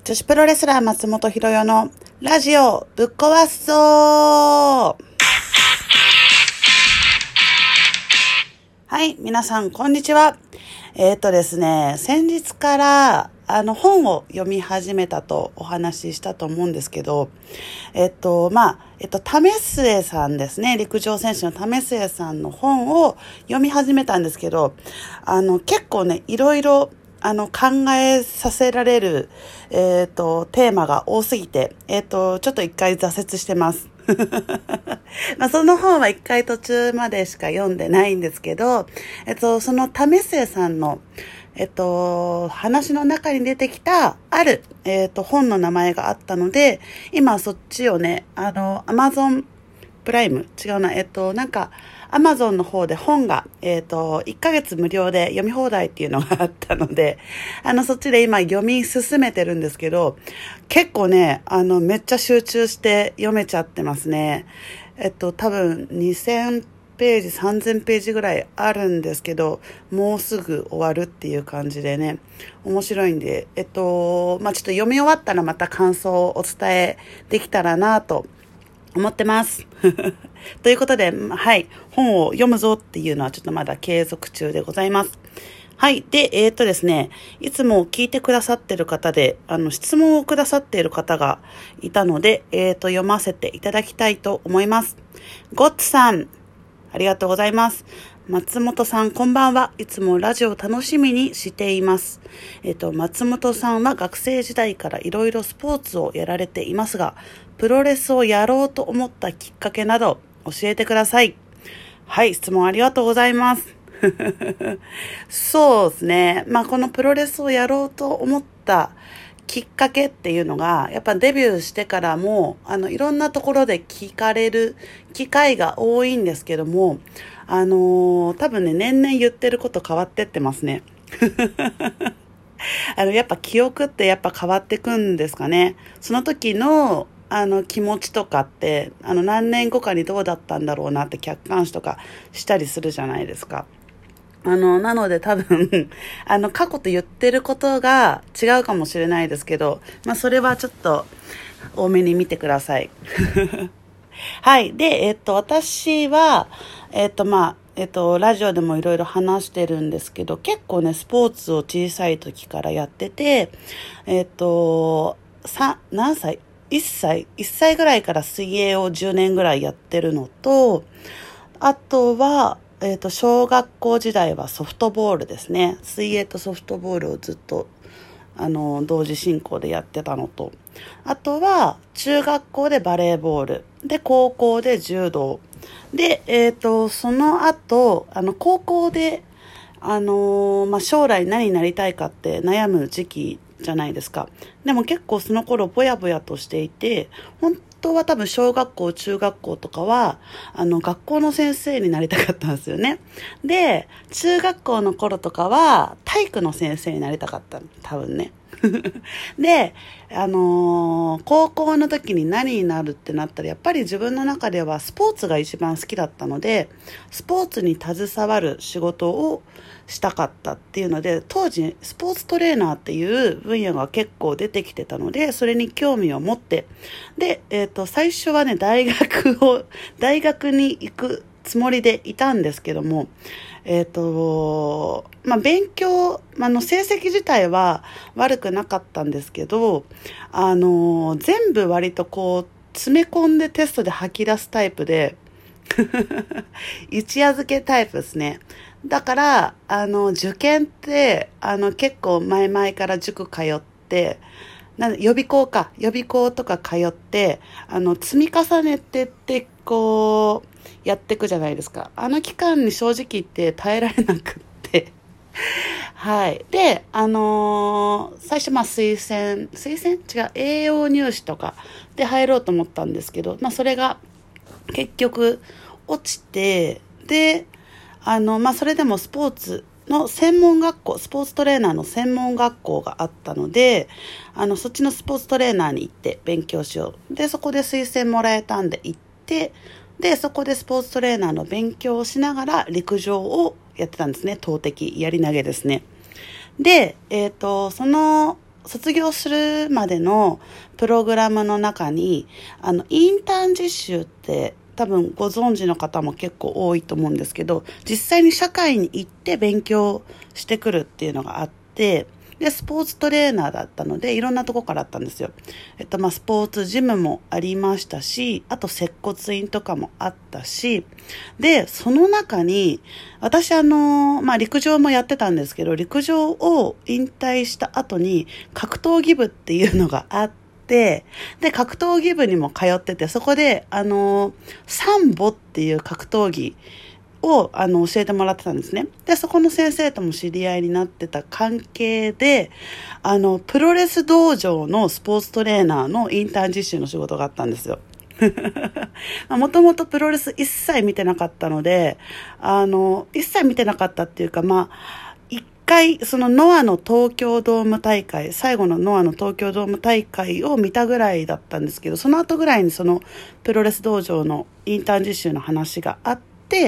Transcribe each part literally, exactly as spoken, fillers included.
女子プロレスラー松本ひろよのラジオぶっ壊すぞー。はい、皆さんこんにちは。えっとですね、先日からあの本を読み始めたとお話ししたと思うんですけど、えっとまあえっと為末さんですね、陸上選手の為末さんの本を読み始めたんですけど、あの結構ねいろいろあの考えさせられる、えー、とテーマが多すぎて、えー、とちょっと一回挫折してますまあその本は一回途中までしか読んでないんですけど、えっ、とその為末さんのえっと、話の中に出てきたある、えっと、本の名前があったので、今そっちをね、あの、Amazon プライム違うな、えっと、なんか、Amazon の方で本が、えっと、いっかげつ無料で読み放題っていうのがあったので、あの、そっちで今読み進めてるんですけど、結構ね、あの、めっちゃ集中して読めちゃってますね。えっと、多分にせんページ、さんぜんページぐらいあるんですけど、もうすぐ終わるっていう感じでね、面白いんで、えっと、まあ、ちょっと読み終わったらまた感想をお伝えできたらなと思ってます。ということで、はい、本を読むぞっていうのはちょっとまだ継続中でございます。はい。で、えっとですね、いつも聞いてくださっている方で、あの、質問をくださっている方がいたので、えっと、読ませていただきたいと思います。ゴッツさん、ありがとうございます。松本さん、こんばんは。いつもラジオを楽しみにしています。えっと、松本さんは学生時代からいろいろスポーツをやられていますが、プロレスをやろうと思ったきっかけなど教えてください。はい、質問ありがとうございます。そうですね。まあ、このプロレスをやろうと思ったきっかけっていうのが、やっぱデビューしてからも、あの、いろんなところで聞かれる機会が多いんですけども、あのー、多分ね、年々言ってること変わってってますね。あの、やっぱ記憶ってやっぱ変わってくんですかね。その時の、あの、気持ちとかって、あの、何年後かにどうだったんだろうなって客観視とかしたりするじゃないですか。あの、なので多分、あの、過去と言ってることが違うかもしれないですけど、まあ、それはちょっと多めに見てください。はい。で、えっと、私は、えっと、まあ、えっと、ラジオでもいろいろ話してるんですけど、結構ね、スポーツを小さい時からやってて、えっと、さ、何歳 ?いっ 歳 ?いっ 歳ぐらいから水泳をじゅうねんぐらいやってるのと、あとは、えっと、小学校時代はソフトボールですね。水泳とソフトボールをずっと、あの、同時進行でやってたのと、あとは、中学校でバレーボール、で、高校で柔道、で、えっと、その後、あの、高校で、あの、まあ、将来何になりたいかって悩む時期じゃないですか。でも結構その頃ぼやぼやとしていて、本当は多分小学校、中学校とかは、あの、学校の先生になりたかったんですよね。で、中学校の頃とかは、体育の先生になりたかった。多分ね。で、あのー、高校の時に何になるってなったら、やっぱり自分の中ではスポーツが一番好きだったので、スポーツに携わる仕事をしたかったっていうので、当時スポーツトレーナーっていう分野が結構出てきてたので、それに興味を持って、で、えっと、最初はね、大学を、大学に行くつもりでいたんですけども、えっと、まあ、勉強、あの、成績自体は悪くなかったんですけど、あの、全部割とこう、詰め込んでテストで吐き出すタイプで、一夜漬けタイプですね。だから、あの、受験って、あの、結構前々から塾通って、なん予備校か、予備校とか通って、あの、積み重ねてって、こう、やっていくじゃないですか。あの期間に正直言って耐えられなくって。はい。で、あのー、最初、まあ、推薦、推薦違う、栄養入試とかで入ろうと思ったんですけど、まあ、それが結局落ちて、で、あの、まあ、それでもスポーツの専門学校、スポーツトレーナーの専門学校があったので、あの、そっちのスポーツトレーナーに行って勉強しよう。で、そこで推薦もらえたんで行って、で、そこでスポーツトレーナーの勉強をしながら陸上をやってたんですね。投擲、やり投げですね。で、えっと、その卒業するまでのプログラムの中に、あの、インターン実習って多分ご存知の方も結構多いと思うんですけど、実際に社会に行って勉強してくるっていうのがあって、で、スポーツトレーナーだったので、いろんなとこからあったんですよ。えっと、まあ、スポーツジムもありましたし、あと接骨院とかもあったし、で、その中に、私あの、まあ、陸上もやってたんですけど、陸上を引退した後に、格闘技部っていうのがあって、で、格闘技部にも通ってて、そこで、あの、サンボっていう格闘技、をあの教えてもらってたんですね。で、そこの先生とも知り合いになってた関係で、あの、プロレス道場のスポーツトレーナーのインターン実習の仕事があったんですよ。もともとプロレス一切見てなかったので、あの、一切見てなかったっていうか、まあ、一回、そのノアの東京ドーム大会、最後のノアの東京ドーム大会を見たぐらいだったんですけど、その後ぐらいにそのプロレス道場のインターン実習の話があって、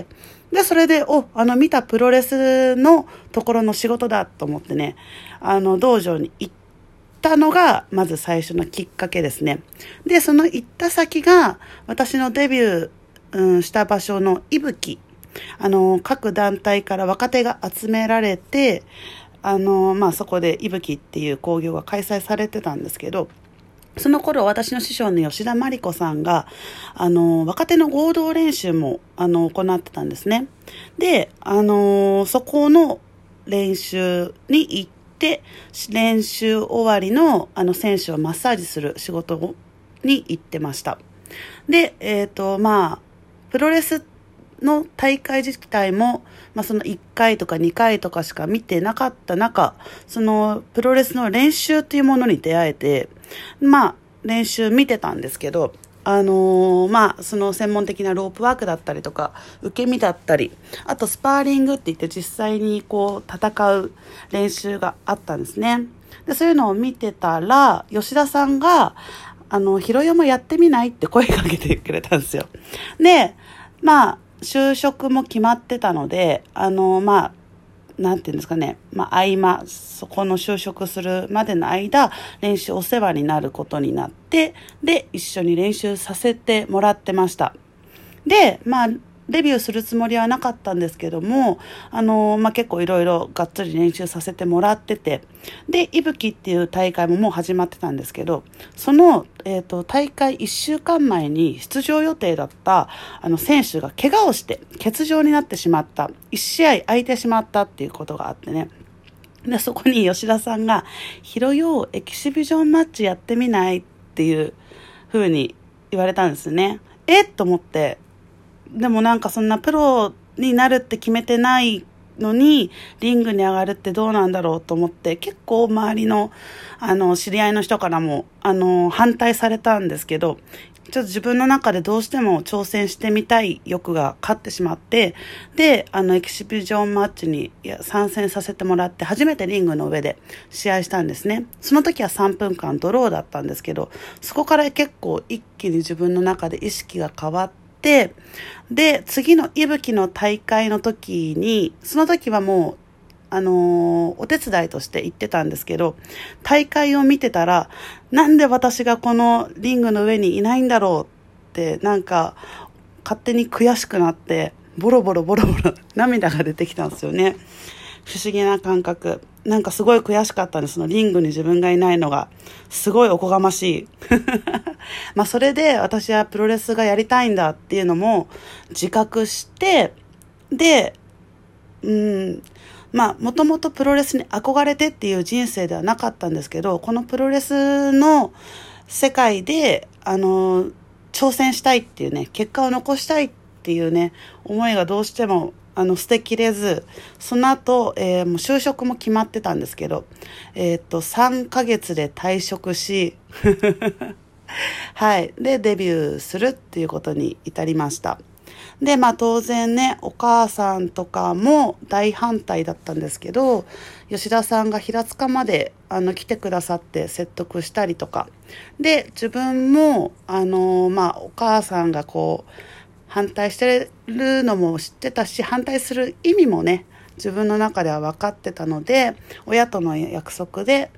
で、それで、お、あの、見たプロレスのところの仕事だと思ってね、あの、道場に行ったのが、まず最初のきっかけですね。で、その行った先が、私のデビュー、うん、した場所のいぶき。あの、各団体から若手が集められて、あの、まあ、そこでいぶきっていう興行が開催されてたんですけど、その頃、私の師匠の吉田真理子さんが、あの、若手の合同練習も、あの、行ってたんですね。で、あの、そこの練習に行って、練習終わりの、あの、選手をマッサージする仕事に行ってました。で、えっと、まあ、プロレスの大会自体も、まあ、そのいっかいとかにかいとかしか見てなかった中、そのプロレスの練習というものに出会えて、まあ、練習見てたんですけど、あのー、まあ、その専門的なロープワークだったりとか、受け身だったり、あとスパーリングって言って実際にこう戦う練習があったんですね。で、そういうのを見てたら、吉田さんが、あの、ひろよもやってみないって声かけてくれたんですよ。で、まあ、就職も決まってたので、あの、まあ、なんていうんですかね、まあ、合間、そこの就職するまでの間、練習お世話になることになって、で、一緒に練習させてもらってました。で、まあ、デビューするつもりはなかったんですけども、あの、まあ、結構いろいろがっつり練習させてもらってて、で、いぶきっていう大会ももう始まってたんですけど、その、えっと、大会いっしゅうかんまえに出場予定だった、あの、選手が怪我をして欠場になってしまった。いち試合空いてしまったっていうことがあってね。で、そこに吉田さんが、ひろよエキシビジョンマッチやってみないっていう風に言われたんですね。えっと思って、でもなんかそんなプロになるって決めてないのにリングに上がるってどうなんだろうと思って、結構周りのあの知り合いの人からもあの反対されたんですけど、ちょっと自分の中でどうしても挑戦してみたい欲が勝ってしまって、で、あのエキシビジョンマッチに参戦させてもらって初めてリングの上で試合したんですね。その時はさんぷんかんドローだったんですけど、そこから結構一気に自分の中で意識が変わって、で、次のいぶきの大会の時に、その時はもう、あのー、お手伝いとして行ってたんですけど、大会を見てたら、なんで私がこのリングの上にいないんだろうって、なんか、勝手に悔しくなって、ボロボロボロボロ涙が出てきたんですよね。不思議な感覚。なんかすごい悔しかったんです。そのリングに自分がいないのが。すごいおこがましい。まあそれで私はプロレスがやりたいんだっていうのも自覚して、で、うん、まあもともとプロレスに憧れてっていう人生ではなかったんですけど、このプロレスの世界で、あの、挑戦したいっていうね、結果を残したいっていうね、思いがどうしてもあの捨てきれず、その後、えー、もう就職も決まってたんですけど、えー、っとさんかげつで退職しはいでデビューするっていうことに至りました。でまあ当然ね、お母さんとかも大反対だったんですけど、吉田さんが平塚まであの来てくださって説得したりとかで、自分もあのまあお母さんがこう反対してるのも知ってたし、反対する意味もね、自分の中では分かってたので、親との約束で、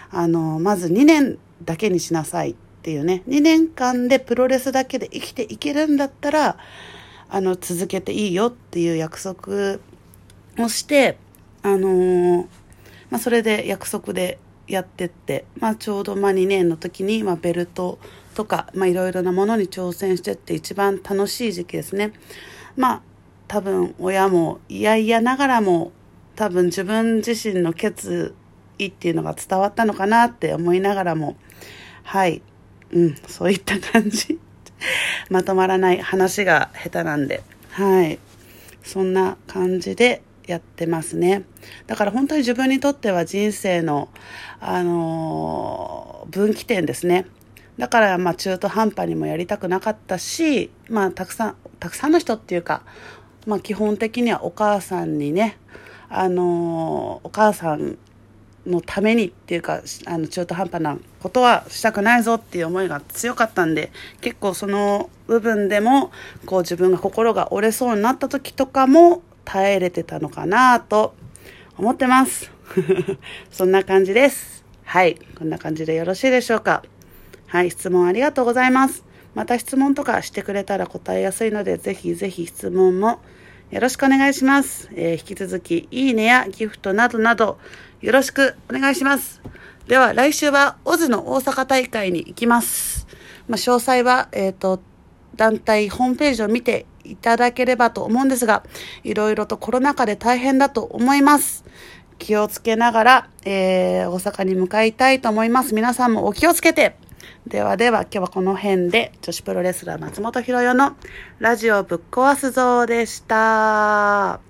あのまずにねんだけにしなさいっていうね、にねんかんでプロレスだけで生きていけるんだったらあの続けていいよっていう約束をして、あのーまあ、それで約束でやってって、まあ、ちょうどまあにねんの時に、まあ、ベルトとかいろいろなものに挑戦してって一番楽しい時期ですね。まあ多分親も嫌々ながらも多分自分自身の決意っていうのが伝わったのかなって思いながらも、はい、うん、そういった感じまとまらない話が下手なんで、はい、そんな感じでやってますね。だから本当に自分にとっては人生の、あのー、分岐点ですね。だからまあ中途半端にもやりたくなかったし、まあたくさんたくさんの人っていうか、まあ基本的にはお母さんにね、あのー、お母さんのためにっていうか、あの中途半端なことはしたくないぞっていう思いが強かったんで、結構その部分でもこう自分が心が折れそうになった時とかも耐えれてたのかなと思ってますそんな感じです。はい、こんな感じでよろしいでしょうか。はい、質問ありがとうございます。また質問とかしてくれたら答えやすいので、ぜひぜひ質問もよろしくお願いします。えー、引き続きいいねやギフトなどなどよろしくお願いします。では来週はオズの大阪大会に行きます。まあ、詳細は、えっと、団体ホームページを見ていただければと思うんですが、いろいろとコロナ禍で大変だと思います。気をつけながら、えー、大阪に向かいたいと思います。皆さんもお気をつけて。ではでは今日はこの辺で、女子プロレスラー松本ひろよのラジオぶっ壊すぞでした。